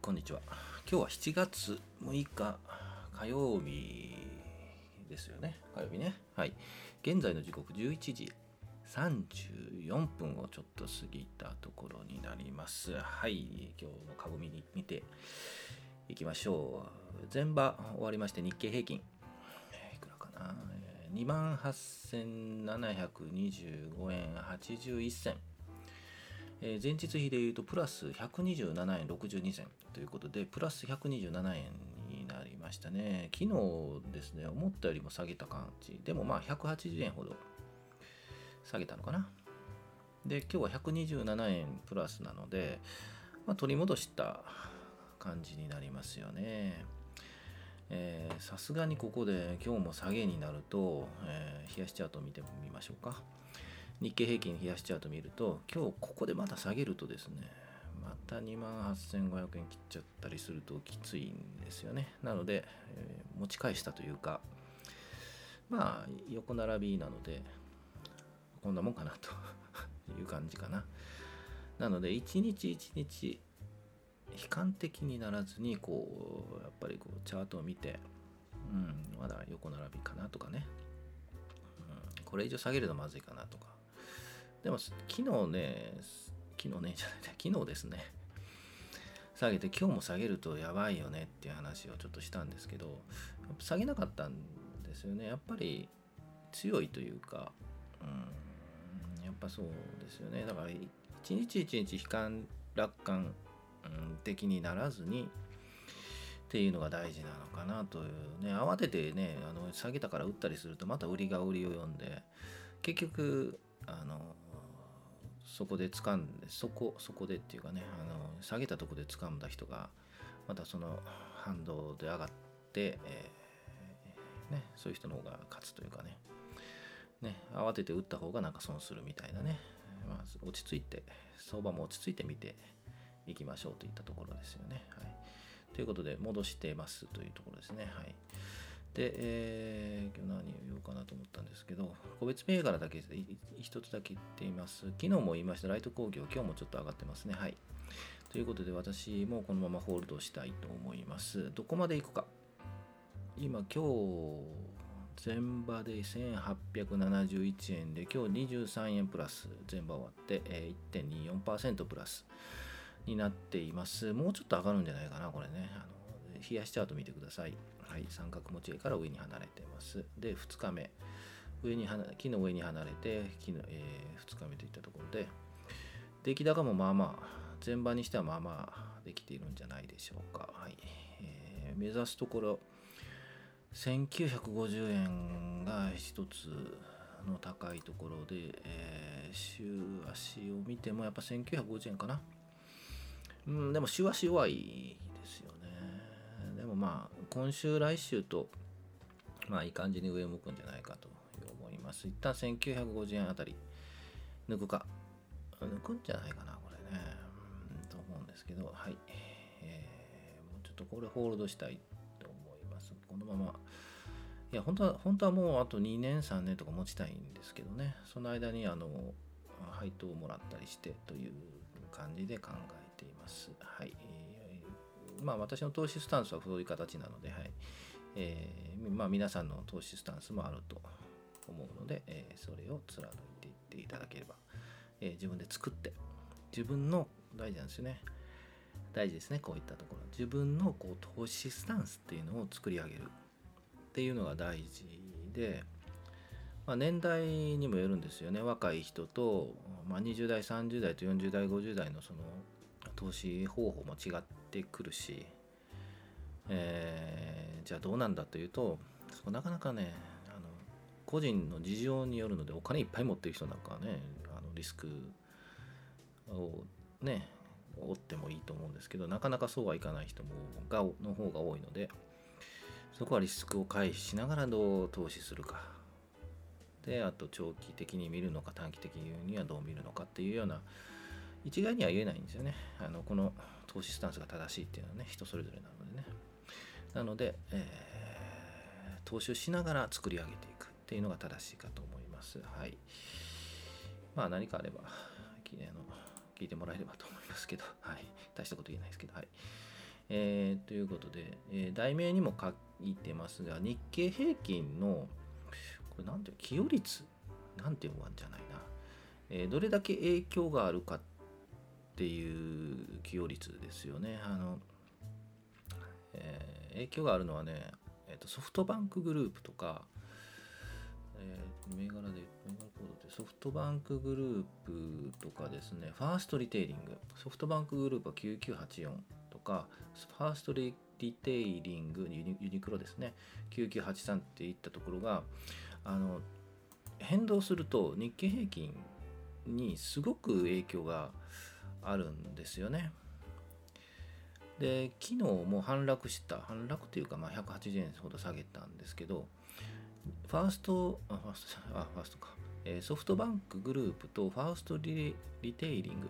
こんにちは。今日は7月6日火曜日ですよね。火曜日ね。はい。現在の時刻11時34分をちょっと過ぎたところになります。はい。今日の株見ていきましょう。前場終わりまして日経平均。いくらかな。28,725円81銭。前日比でいうとプラス127円62銭ということでプラス127円になりましたね。昨日ですね、思ったよりも下げた感じでもまあ180円ほど下げたのかな。で今日は127円プラスなので、取り戻した感じになりますよね。さすがにここで今日も下げになると、冷やしチャートを見てみましょうか。日経平均冷やしチャート見ると、今日ここでまた下げるとですね、また28,500円切っちゃったりするときついんですよね。なので、持ち返したというか、横並びなので、こんなもんかなという感じかな。なので、一日一日、悲観的にならずに、やっぱりチャートを見て、まだ横並びかなとかね、これ以上下げるとまずいかなとか。でも昨日ですね、下げて今日も下げるとやばいよねっていう話をちょっとしたんですけど、下げなかったんですよね。やっぱり強いというか、やっぱそうですよね。だから一日一日楽観的にならずにっていうのが大事なのかなというね。慌ててね、下げたから売ったりするとまた売りが売りを読んで、結局そこで掴んでそこでっていうかね、下げたとこで掴んだ人がまたその反動で上がって、そういう人の方が勝つというかね、慌てて打った方がなんか損するみたいなね、落ち着いて相場も落ち着いて見ていきましょうといったところですよね。はい、ということで戻してますというところですね。はい。で、今日何を言おうかなと思ったんですけど、個別銘柄だけ一つだけ言っています。昨日も言いましたライト工業、今日もちょっと上がってますね。はい。ということで私もこのままホールドしたいと思います。どこまでいくか。今前場で1871円で今日23円プラス、前場終わって 1.24% プラスになっています。もうちょっと上がるんじゃないかな、これね。冷やしチャート見てください。はい、三角持ち合いから上に離れてます。で、2日目、昨日上に離れて、2日目といったところで、出来高も前場にしてはできているんじゃないでしょうか。はい。目指すところ、1950円が一つの高いところで、週足を見てもやっぱ1950円かな。でも週足弱いですよね。でも今週来週といい感じに上を向くんじゃないかと思います。一旦1950円あたり抜くんじゃないかな、これね。と思うんですけど、はい。もうちょっとこれホールドしたいと思います。このまま。いや、本当はもうあと2年、3年とか持ちたいんですけどね。その間に配当をもらったりしてという感じで考えています。はい。私の投資スタンスはそういう形なので、はい。皆さんの投資スタンスもあると思うので、それを貫いていっていただければ、自分で作って自分の大事なんですよね。大事ですね。こういったところ自分の投資スタンスっていうのを作り上げるっていうのが大事で、年代にもよるんですよね。若い人と、20代30代と40代50代のその投資方法も違ってくるし、じゃあどうなんだというと、なかなかね、個人の事情によるので、お金いっぱい持ってる人なんかはね、リスクをね負ってもいいと思うんですけど、なかなかそうはいかない人の方が多いので、そこはリスクを回避しながらどう投資するかで、あと長期的に見るのか短期的にはどう見るのかっていうような一概には言えないんですよね。この投資スタンスが正しいっていうのはね、人それぞれなのでね。なので、投資をしながら作り上げていくっていうのが正しいかと思います。はい。何かあれば聞いてもらえればと思いますけど、はい。大したこと言えないですけど、はい。 ということで、題名にも書いてますが、日経平均のこれなんていう寄与率なんていうわんじゃないな、どれだけ影響があるかっていう寄与率ですよね。影響があるのはね、ソフトバンクグループとか、銘柄コードでソフトバンクグループとかですね、ファーストリテイリング、ソフトバンクグループは9984とか、ファーストリテイリング、ユニクロですね、9983っていったところが、変動すると日経平均にすごく影響があるんですよね。で、昨日も反落というか、180円ほど下げたんですけど、ファーストか、ソフトバンクグループとファーストリテイリング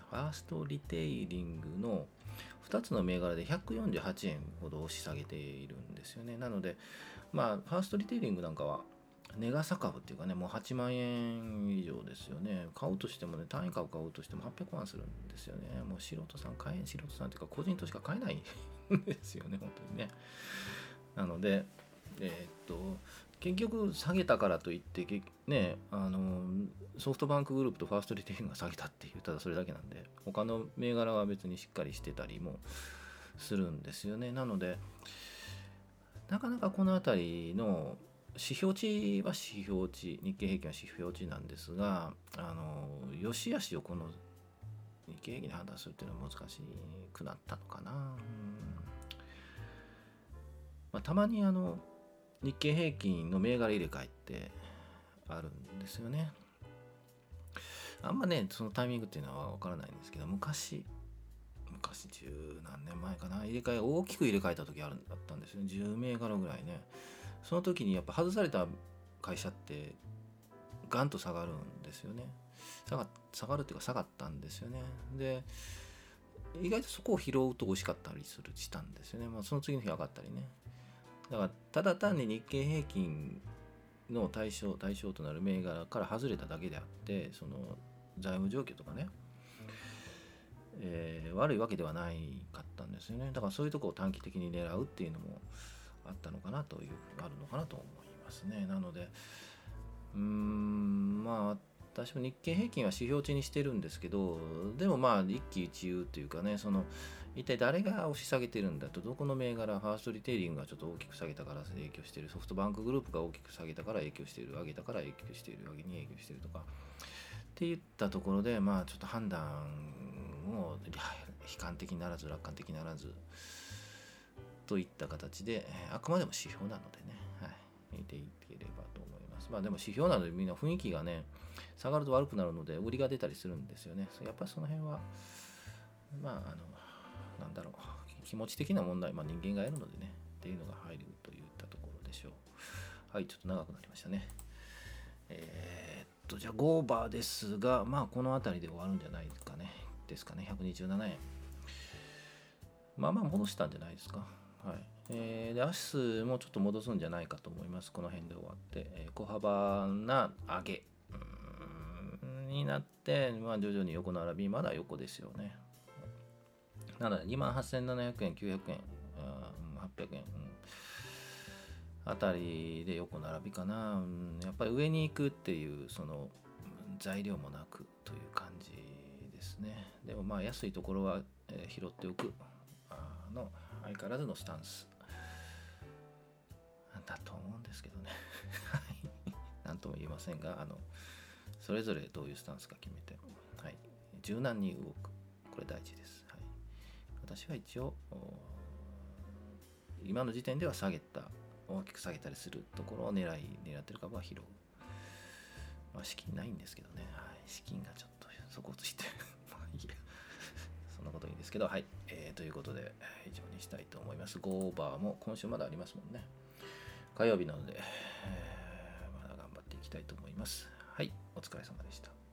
の2つの銘柄で148円ほど押し下げているんですよね。なので、ファーストリテイリングなんかは値傘株っていうかね、もう8万円以上ですよね。買うとしてもね、単位株買うとしても800万するんですよね。もう素人さんっていうか個人としか買えないんですよね、本当にね。なので、結局下げたからといってね、ソフトバンクグループとファーストリテイリングが下げたっていうただそれだけなんで、他の銘柄は別にしっかりしてたりもするんですよね。なのでなかなかこの辺りの指標値は指標値、日経平均は指標値なんですが、良し悪しをこの日経平均で判断するっていうのは難しくなったのかな。たまに日経平均の銘柄入れ替えってあるんですよね。あんまね、そのタイミングっていうのは分からないんですけど、昔十何年前かな、大きく入れ替えた時あったんですよね。10銘柄ぐらいね。その時にやっぱ外された会社ってガンと下がるんですよね。下がるっていうか下がったんですよね。で、意外とそこを拾うと美味しかったりしたんですよね。その次の日上がったりね。だからただ単に日経平均の対象となる銘柄から外れただけであって、その財務状況とかね、悪いわけではないかったんですよね。だからそういうところを短期的に狙うっていうのもあったのかなというあるのかなと思いますね。なので私も日経平均は指標値にしてるんですけど、でも一喜一憂というかね、一体誰が押し下げてるんだと、どこの銘柄、ファーストリテイリングがちょっと大きく下げたから影響している、ソフトバンクグループが大きく下げたから影響している、上げたから影響している、上げに影響しているとかっていったところで、ちょっと判断を悲観的にならず楽観的にならずといった形で、あくまでも指標なのでね、見ていければと思います。でも指標なのでみんな雰囲気がね、下がると悪くなるので売りが出たりするんですよね。やっぱりその辺はなんだろう、気持ち的な問題、人間がやるのでねっていうのが入るといったところでしょう。はい、ちょっと長くなりましたね。じゃあ5オーバーですが、この辺りで終わるんじゃないですかね。127円。戻したんじゃないですか。はい。で、明日もちょっと戻すんじゃないかと思います。この辺で終わって、小幅な上げになって、徐々に横並び、まだ横ですよね。なので、28,700円、900円、800円、あたりで横並びかな。やっぱり上に行くっていうその材料もなくという感じですね。でも安いところは拾っておく相変わらずのスタンスだと思うんですけどね。なんとも言えませんが、それぞれどういうスタンスか決めて、柔軟に動く、これ大事です。私は一応今の時点では大きく下げたりするところを狙ってる株は拾う。資金ないんですけどね、資金がちょっと底をついていいや、そんなこといいんですけど、ということで以上にしたいと思います。5オーバーも今週まだありますもんね。火曜日なので、まだ頑張っていきたいと思います。お疲れ様でした。